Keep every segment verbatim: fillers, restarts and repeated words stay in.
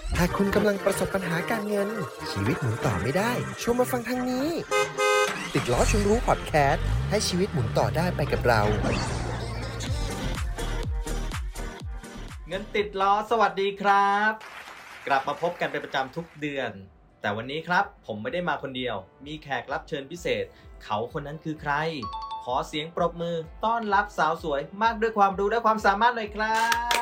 ถ้าคุณกำลังประสบปัญหาการเงินชีวิตหมุนต่อไม่ได้ชวนมาฟังทางนี้ติดล้อชวนรู้พอดแคสต์ให้ชีวิตหมุนต่อได้ไปกับเราเงินติดล้อสวัสดีครับกลับมาพบกันเป็นประจำทุกเดือนแต่วันนี้ครับผมไม่ได้มาคนเดียวมีแขกรับเชิญพิเศษเขาคนนั้นคือใครขอเสียงปรบมือต้อนรับสาวสวยมากด้วยความรู้และความสามารถหน่อยครับ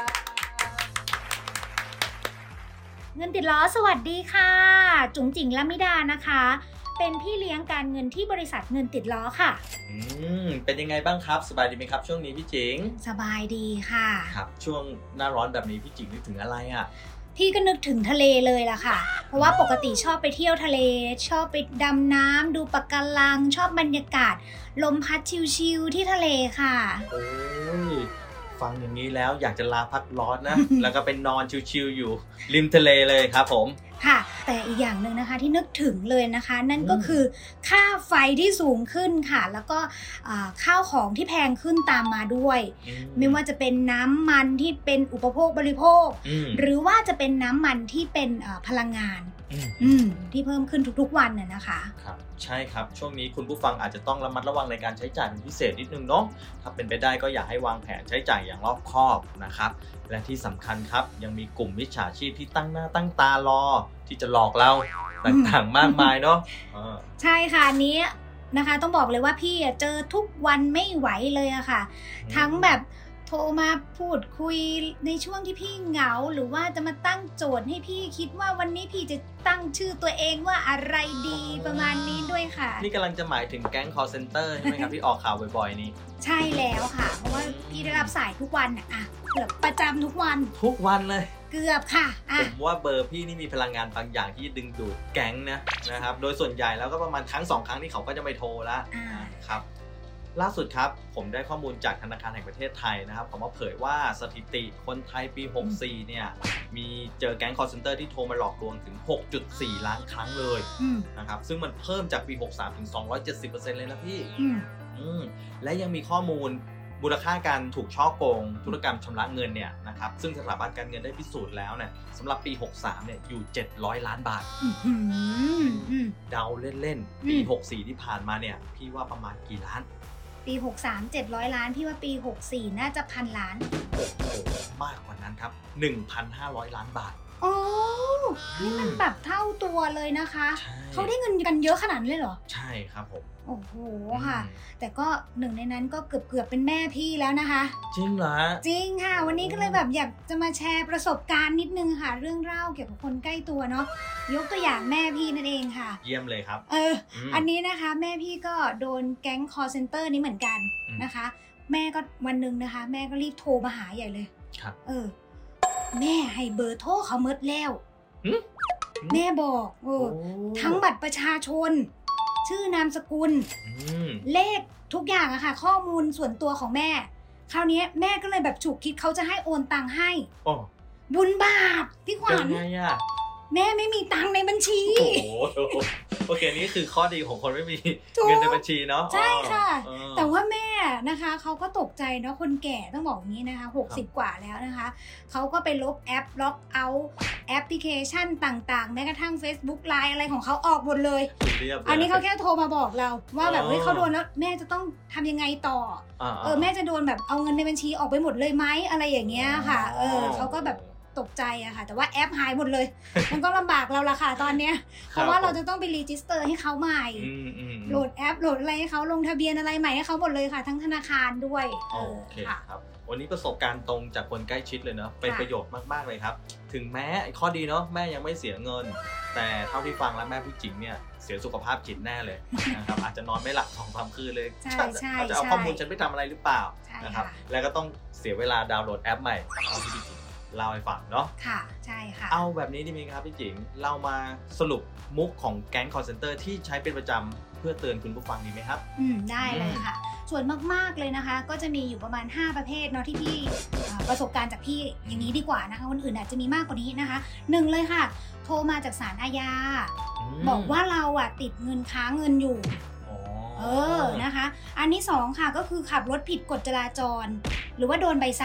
เงินติดล้อสวัสดีค่ะจุ๋งจิ๋งละมิดานะคะเป็นพี่เลี้ยงการเงินที่บริษัทเงินติดล้อค่ะอืมเป็นยังไงบ้างครับสบายดีไหมครับช่วงนี้พี่จิ๋งสบายดีค่ะครับช่วงหน้าร้อนแบบนี้พี่จิ๋งนึกถึงอะไรอ่ะพี่ก็นึกถึงทะเลเลยล่ะค่ะเพราะว่าปกติชอบไปเที่ยวทะเลชอบไปดำน้ำดูปะการังชอบบรรยากาศลมพัดชิลๆที่ทะเลค่ะโอ้ยฟังอย่างนี้แล้วอยากจะลาพักร้อนนะ แล้วก็เป็นนอนชิลๆอยู่ริมทะเลเลยครับผมค่ะแต่อีกอย่างหนึ่งนะคะที่นึกถึงเลยนะคะนั่นก็คือค่าไฟที่สูงขึ้นค่ะแล้วก็ข้าวของที่แพงขึ้นตามมาด้วยไม่ว่าจะเป็นน้ำมันที่เป็นอุปโภคบริโภคหรือว่าจะเป็นน้ำมันที่เป็นพลังงานที่เพิ่มขึ้นทุกๆวันน่ะนะคะครับใช่ครับช่วงนี้คุณผู้ฟังอาจจะต้องระมัดระวังในการใช้จ่ายเป็นพิเศษนิดนึงเนาะถ้าเป็นไปได้ก็อยากให้วางแผนใช้จ่ายอย่างรอบคอบนะครับและที่สำคัญครับยังมีกลุ่มมิจฉาชีพที่ตั้งหน้าตั้งตารอที่จะหลอกเราต่างๆมากมายเนาะใช่ค่ะอันนี้นะคะต้องบอกเลยว่าพี่เจอทุกวันไม่ไหวเลยอะค่ะทั้งแบบโทรมาพูดคุยในช่วงที่พี่เหงาหรือว่าจะมาตั้งโจทย์ให้พี่คิดว่าวันนี้พี่จะตั้งชื่อตัวเองว่าอะไรดีประมาณนี้ด้วยค่ะนี่กำลังจะหมายถึงแก๊ง call center ใช่ไหมครับที่ออกข่าวบ่อยๆนี้ใช่แล้วค่ะเพราะว่าพี่ได้รับสายทุกวันอะเกือบประจำทุกวันทุกวันเลยเกือบค่ะผมว่าเบอร์พี่นี่มีพลังงานบางอย่างที่ดึงดูดแก๊งนะนะครับโดยส่วนใหญ่แล้วก็ประมาณครั้งสองครั้งที่เขาก็จะไม่โทรแล้วครับล่าสุดครับผมได้ข้อมูลจากธนาคารแห่งประเทศไทยนะครับเขามาเผยว่าสถิติคนไทยปีหกสิบสี่เนี่ยมีเจอแก๊ง call center ที่โทรมาหลอกลวงถึง หกจุดสี่ ล้านครั้งเลยนะครับซึ่งมันเพิ่มจากปีหกสิบสามถึง สองร้อยเจ็ดสิบเปอร์เซ็นต์ เลยนะพี่อืมและยังมีข้อมูลมูลค่าการถูกฉ้อโกงธุรกรรมชำระเงินเนี่ยนะครับซึ่งสถาบันการเงินได้พิสูจน์แล้วเนี่ยสำหรับปีหกสิบสามเนี่ยอยู่เจ็ดร้อยล้านบาทเดาเล่นๆปีหกสิบสี่ที่ผ่านมาเนี่ยพี่ว่าประมาณกี่ล้านปีหกสิบสาม เจ็ดร้อยล้านพี่ว่าปีหกสิบสี่น่าจะพันล้านโอ้โหมากกว่านั้นครับ หนึ่งพันห้าร้อย ล้านบาทโอ้นี่มันแบบเท่าตัวเลยนะคะเขาได้เงินกันเยอะขนาดนั้นเลยเหรอใช่ครับผมโอ้โหค่ะแต่ก็หนึ่งในนั้นก็เกือบเกือบเป็นแม่พี่แล้วนะคะจริงเหรอจริงค่ะวันนี้ก็เลยแบบอยากจะมาแชร์ประสบการณ์นิดนึงค่ะเรื่องเล่าเกี่ยวกับคนใกล้ตัวเนาะยกตัวอย่างแม่พี่นั่นเองค่ะเยี่ยมเลยครับเอออันนี้นะคะแม่พี่ก็โดนแก๊ง call center นี้เหมือนกันนะคะแม่ก็วันนึงนะคะแม่ก็รีบโทรมาหาใหญ่เลยครับเออแม่ให้เบอร์โทรเขาเมิดแล้วแม่บอกโอ้ทั้งบัตรประชาชนชื่อนามสกุลเลขทุกอย่างอะค่ะข้อมูลส่วนตัวของแม่คราวนี้แม่ก็เลยแบบฉุกคิดเขาจะให้โอนตังค์ให้บุญบาปพี่ขวัญแม่ไม่มีตังค์ในบัญชีโอ้โหโอเคนี่คือข้อดีของคนไม่มีเงินในบัญชีเนาะใช่ค่ะแต่ว่าแม่นะคะเขาก็ตกใจเนาะคนแก่ต้องบอกอย่างนี้นะคะหกสิบกว่าแล้วนะคะเขาก็ไปลบแอปล็อกเอาท์แอปพลิเคชันต่างๆแม้กระทั่ง Facebook ไลน์ อะไรของเขาออกหมดเลยอันนี้เขาแค่โทรมาบอกเราว่าแบบเฮ้ยเขาโดนแล้วแม่จะต้องทำยังไงต่อเออแม่จะโดนแบบเอาเงินในบัญชีออกไปหมดเลยไหมอะไรอย่างเงี้ยค่ะเออเขาก็แบบตกใจอะค่ะแต่ว่าแอปหายหมดเลย มันก็ลำบากเราละค่ะตอนเนี้ยเพราะว่าเราจะต้องไปรีจิสเตอร์ให้เขาใหม่โหลดแอปโหลดอะไรให้เขาลงทะเบียนอะไรใหม่ให้เขาหมดเลยค่ะทั้งธนาคารด้วยโอเคครับวันนี้ประสบการณ์ตรงจากคนใกล้ชิดเลยเนาะเป็นประโยชน์มากๆเลยครับถึงแม้ข้อดีเนาะแม่ยังไม่เสียเงินแต่เท่าที่ฟังแล้วแม่พี่จิ๋งเนี่ยเสียสุขภาพจิตแน่เลยนะครับอาจจะนอนไม่หลับสองสามคืนเลยเขาจะเอาข้อมูลฉันไปทำอะไรหรือเปล่านะครับแล้วก็ต้องเสียเวลาดาวน์โหลดแอปใหม่เอาที่พี่จิ๋งเล่าให้ฟังเนาะค่ะใช่ค่ะเอาแบบนี้ดีไหมครับพี่จิ๋งเรามาสรุปมุกของแก๊ง call center ที่ใช้เป็นประจำเพื่อเตือนคุณผู้ฟังดีไหมครับอืมได้เลยค่ะส่วนมากๆเลยนะคะก็จะมีอยู่ประมาณห้าประเภทเนาะที่พี่ประสบการณ์จากพี่อย่างนี้ดีกว่านะคะคนอื่นอาจจะมีมากกว่านี้นะคะหนึ่งเลยค่ะโทรมาจากศาลอาญาบอกว่าเราอ่ะติดเงินค้างเงินอยู่เออนะคะอันที่สองค่ะก็คือขับรถผิดกฎจราจรหรือว่าโดนใบสั่ง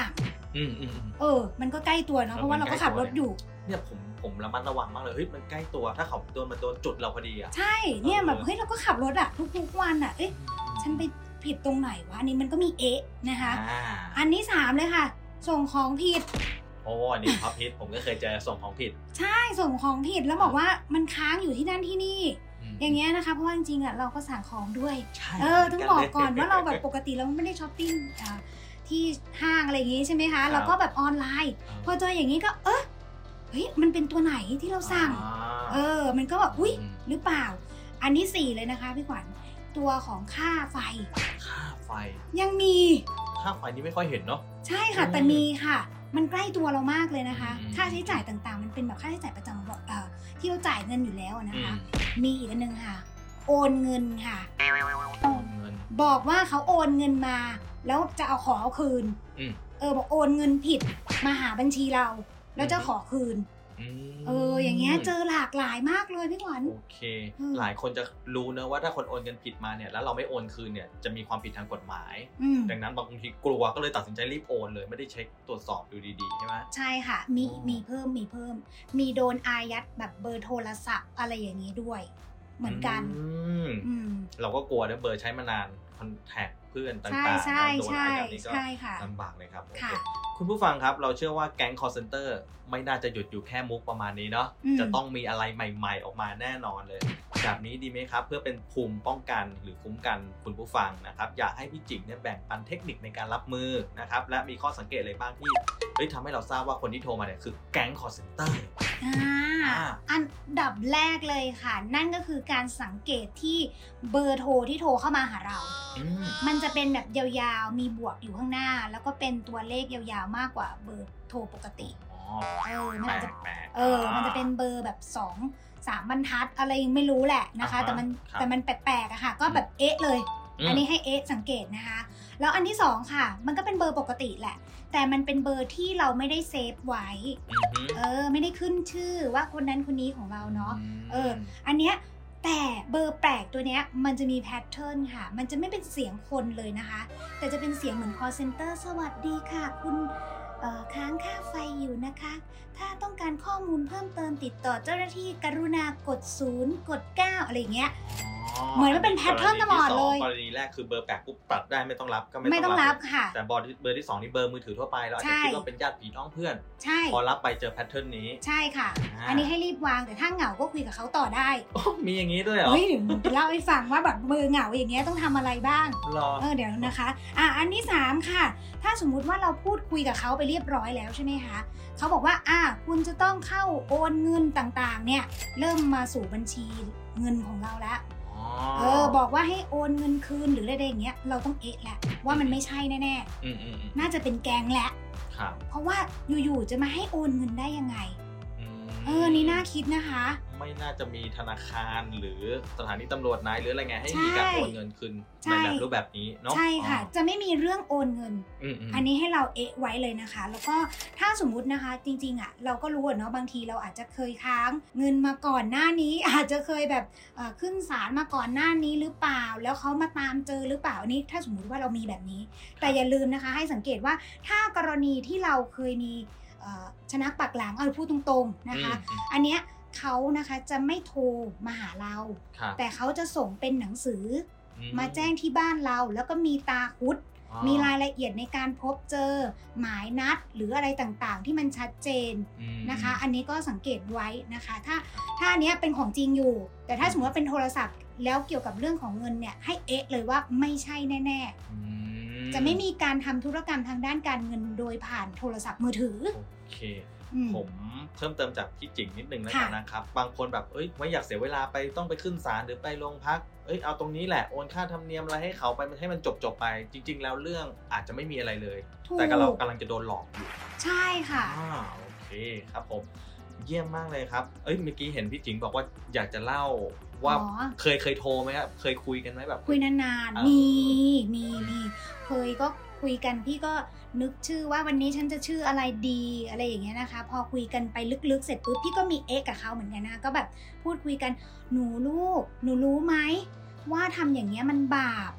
อืมอืมเออมันก็ใกล้ตัวเนาะเพราะว่าเราก็ขับรถอยู่เนี่ยผมผมระมัดระวังมากเลยเฮ้ยมันใกล้ตัวถ้าเขาโดนมาโดนจุดเราพอดีอ่ะใช่เนี่ยแบบเฮ้ยเราก็ขับรถอ่ะทุกๆวันอ่ะเอ๊ะฉันไปผิดตรงไหนวะอันนี้มันก็มีเอ๊ะนะคะอันที่สามเลยค่ะส่งของผิดโอ้อันนี้ท็อปฮิตผมก็เคยเจอส่งของผิดใช่ส่งของผิดแล้วบอกว่ามันค้างอยู่ที่นั่นที่นี่อย่างเงี้ยนะคะเพราะว่าจริงๆอ่ะเราก็สั่งของด้วยเออต้องบอกก่อนว่าเราแบบปกติเราไม่ได้ช้อปปิ้งที่ห้างอะไรอย่างงี้ใช่ไหมคะแล้วก็แบบออนไลน์พอเจออย่างนี้ก็เออเฮ้ยมันเป็นตัวไหนที่เราสั่งเออมันก็แบบอุ๊ยหรือเปล่าอันที่สี่เลยนะคะพี่ขวัญตัวของค่าไฟค่าไฟยังมีค่าไฟนี่ไม่ค่อยเห็นเนาะใช่ค่ะแต่มีค่ะมันใกล้ตัวเรามากเลยนะคะค่าใช้จ่ายต่างๆมันเป็นแบบค่าใช้จ่ายประจำเอ่อที่เราจ่ายเงินอยู่แล้วนะคะมีอีกอันนึงค่ะโอนเงินค่ะโอนเงินบอกว่าเขาโอนเงินมาแล้วจะเอาขอเอาคืนเออบอกโอนเงินผิดมาหาบัญชีเราแล้วจะขอคืนเอออย่างเงี้ยเจอหลากหลายมากเลยพี่ขวัญโอเคหลายคนจะรู้นะว่าถ้าคนโอนเงินผิดมาเนี่ยแล้วเราไม่โอนคืนเนี่ยจะมีความผิดทางกฎหมายดังนั้นบางทีกลัวก็เลยตัดสินใจรีบโอนเลยไม่ได้เช็คตรวจสอบดูดีๆใช่ไหมใช่ค่ะมีมีเพิ่มมีเพิ่มมีโดนอายัดแบบเบอร์โทรศัพท์อะไรอย่างนี้ด้วยเหมือนกันเราก็กลัวนะเบอร์ใช้มานานคอนแทคเพื่อนต่างๆใช่โดนอายัดนี่ก็ลำบากเลยครับคุณผู้ฟังครับเราเชื่อว่าแก๊ง call center ไม่น่าจะหยุดอยู่แค่มุกประมาณนี้เนาะจะต้องมีอะไรใหม่ๆออกมาแน่นอนเลยแบบนี้ดีไหมครับเพื่อเป็นภูมิป้องกันหรือคุ้มกันคุณผู้ฟังนะครับอยากให้พี่จิ๋งเนี่ยแบ่งปันเทคนิคในการรับมือนะครับและมีข้อสังเกตอะไรบ้างที่เฮ้ยทำให้เราทราบว่าคนที่โทรมาเนี่ยคือแก๊ง call center อ่าอันดับแรกเลยค่ะนั่นก็คือการสังเกตที่เบอร์โทรที่โทรเข้ามาหาเรามันจะเป็นแบบยาวๆมีบวกอยู่ข้างหน้าแล้วก็เป็นตัวเลขยาวๆมากกว่าเบอร์โทรปกติเออมันจะเออมันจะเป็นเบอร์แบบสองสามบรรทัดอะไรไม่รู้แหละนะคะแต่มันแต่มันแปลกๆอะค่ะก็แบบเอ๊ะเลยอันนี้ให้เอ๊ะสังเกตนะคะแล้วอันที่สองค่ะมันก็เป็นเบอร์ปกติแหละแต่มันเป็นเบอร์ที่เราไม่ได้เซฟไว้เออไม่ได้ขึ้นชื่อว่าคนนั้นคนนี้ของเราเนาะเอออันเนี้ยแต่เบอร์แปลกตัวเนี้ยมันจะมีแพทเทิร์นค่ะมันจะไม่เป็นเสียงคนเลยนะคะแต่จะเป็นเสียงเหมือน call center สวัสดีค่ะคุณค้างค่าไฟอยู่นะคะถ้าต้องการข้อมูลเพิ่มเติมติดต่อเจ้าหน้าที่กรุณากดศูนย์กดเก้าอะไรเงี้ยเหมือนมันเป็นแพทเทิร์นตลอดเลยกรณีแรกคือเบอร์แปลกปุ๊บตัดได้ไม่ต้องรับก็ไม่ต้องรับค่ะแต่บอร์เบอร์ที่สองนี่เบอร์มือถือทั่วไปเราอาจจะคิดว่าเป็นญาติพี่น้องเพื่อนใช่พอรับไปเจอแพทเทิร์นนี้ใช่ค่ะอันนี้ให้รีบวางแต่ถ้าเหงาก็คุยกับเขาต่อได้มีอย่างนี้ด้วยเหรอเฮ้ยเดี๋ยวเล่าให้ฟังว่าแบบเบอร์เหงาอย่างเงี้ยต้องทำอะไรบ้างเออเดี๋ยวนะคะอ่ะอันที่สามค่ะถ้าสมมุติว่าเราพูดคุยกับเขาไปเรียบร้อยแล้วใช่ไหมคะเขาบอกว่าอ่ะคุณจะต้องเข้าโอนเงินต่างๆเนี่ยเริ่มมาสู่บัญชีเงินของเราแล้วเออบอกว่าให้โอนเงินคืนหรืออะไรอย่างเงี้ยเราต้องเอะแหละว่ามันไม่ใช่แน่ๆน่าจะเป็นแก๊งแหละเพราะว่าอยู่ๆจะมาให้โอนเงินได้ยังไงเออนี่น่าคิดนะคะไม่น่าจะมีธนาคารหรือสถานีตำรวจนายหรืออะไรไงให้มีการโอนเงินคืนในแบบรูปแบบนี้เนาะใช่ค่ะจะไม่มีเรื่องโอนเงินอันนี้ให้เราเอะไว้เลยนะคะแล้วก็ถ้าสมมุตินะคะจริงๆอ่ะเราก็รู้เนาะบางทีเราอาจจะเคยค้างเงินมาก่อนหน้านี้อาจจะเคยแบบขึ้นศาลมาก่อนหน้านี้หรือเปล่าแล้วเขามาตามเจอหรือเปล่าอันนี้ถ้าสมมุติว่าเรามีแบบนี้แต่อย่าลืมนะคะให้สังเกตว่าถ้ากรณีที่เราเคยมีชนะปักหลังเอาพูดตรงๆนะคะอันเนี้ยเขานะคะจะไม่โทรมาหาเราแต่เขาจะส่งเป็นหนังสือมาแจ้งที่บ้านเราแล้วก็มีตาคุดมีรายละเอียดในการพบเจอหมายนัดหรืออะไรต่างๆที่มันชัดเจนนะคะอันนี้ก็สังเกตไว้นะคะถ้าถ้าอันเนี้ยเป็นของจริงอยู่แต่ถ้าสมมติว่าเป็นโทรศัพท์แล้วเกี่ยวกับเรื่องของเงินเนี่ยให้เอ๊ะเลยว่าไม่ใช่แน่ๆจะไม่มีการทำธุรกรรมทางด้านการเงินโดยผ่านโทรศัพท์มือถือโอเคผมเพิ่มเติมจากพี่จิ๋งนิดนึงแล้วกันนะครับบางคนแบบเอ้ยไม่อยากเสียเวลาไปต้องไปขึ้นศาลหรือไปโรงพักเอ้ยเอาตรงนี้แหละโอนค่าธรรมเนียมอะไรให้เขาไปมันให้มันจบจบไปจริงๆแล้วเรื่องอาจจะไม่มีอะไรเลยแต่เรากำลังจะโดนหลอกอยู่ใช่ค่ะอ่าโอเคครับผมเยี่ยมมากเลยครับเอ้ยเมื่อกี้เห็นพี่จิ๋งบอกว่าอยากจะเล่าว่าเคยเคยโทรไหมครับเคยคุยกันไหมแบบคุยนานๆมีมีมีเคยก็คุยกันพี่ก็นึกชื่อว่าวันนี้ฉันจะชื่ออะไรดีอะไรอย่างเงี้ยนะคะพอคุยกันไปลึกๆเสร็จปุ๊บพี่ก็มีเอ็กกับเขาเหมือนกันนะก็แบบพูดคุยกันหนูลูกหนูรู้ไหมว่าทำอย่างเงี้ยมันบาป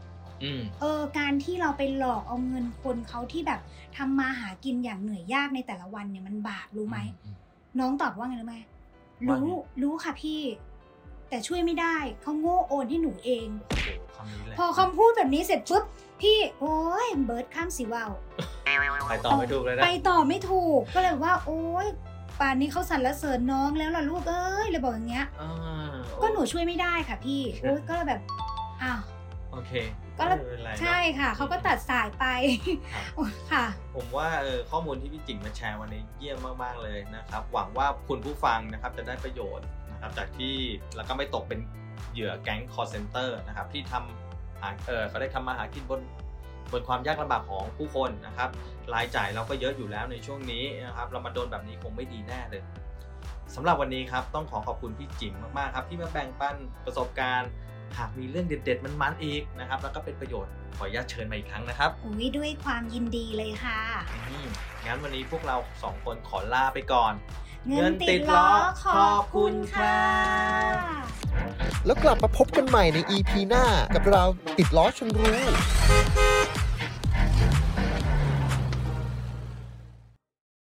เออการที่เราไปหลอกเอาเงินคนเขาที่แบบทำมาหากินอย่างเหนื่อยยากในแต่ละวันเนี่ยมันบาปรู้ไหมน้องตอบว่าไงรู้ไหมรู้รู้ค่ะพี่แต่ช่วยไม่ได้เขาโง่โอนให้หนูเองพอคำพูดแบบนี้เสร็จปุ๊บพี่โอ้ยเบิร์ดข้ามสิว่าวไปต่อไม่ถูกเลยนะไปต่อไม่ถูกก็เลยว่าโอ้ยป่านนี้เขาสรรเสริญน้องแล้วล่ะลูกเอ้ยเลยบอกอย่างเงี้ยก็หนูช่วยไม่ได้ค่ะพี่โอ้ยก็เลยแบบอ้าวโอเคก็ใช่ค่ะเขาก็ตัดสายไปค่ะผมว่าเออข้อมูลที่พี่จิ๋งมาแชร์วันนี้เยี่ยมมากๆเลยนะครับหวังว่าคุณผู้ฟังนะครับจะได้ประโยชน์นะครับจากที่แล้วก็ไม่ตกเป็นเหยื่อแก๊ง call center นะครับที่ทำหาเออเขาได้ทำมาหากินบนบนความยากลำบากของผู้คนนะครับรายจ่ายเราก็เยอะอยู่แล้วในช่วงนี้นะครับเรามาโดนแบบนี้คงไม่ดีแน่เลยสำหรับวันนี้ครับต้องขอขอบคุณพี่จิ๋มมากๆครับที่มาแบ่งปันประสบการณ์หากมีเรื่องเด็ดๆมันๆอีกนะครับแล้วก็เป็นประโยชน์ขออนุญาตเชิญมาอีกครั้งนะครับอุ้ยด้วยความยินดีเลยค่ะงั้นวันนี้พวกเราสองคนขอลาไปก่อนเงินติดล้อขอบคุณค่ะแล้วกลับมาพบกันใหม่ใน อี พี หน้ากับเราติดล้อชวนรู้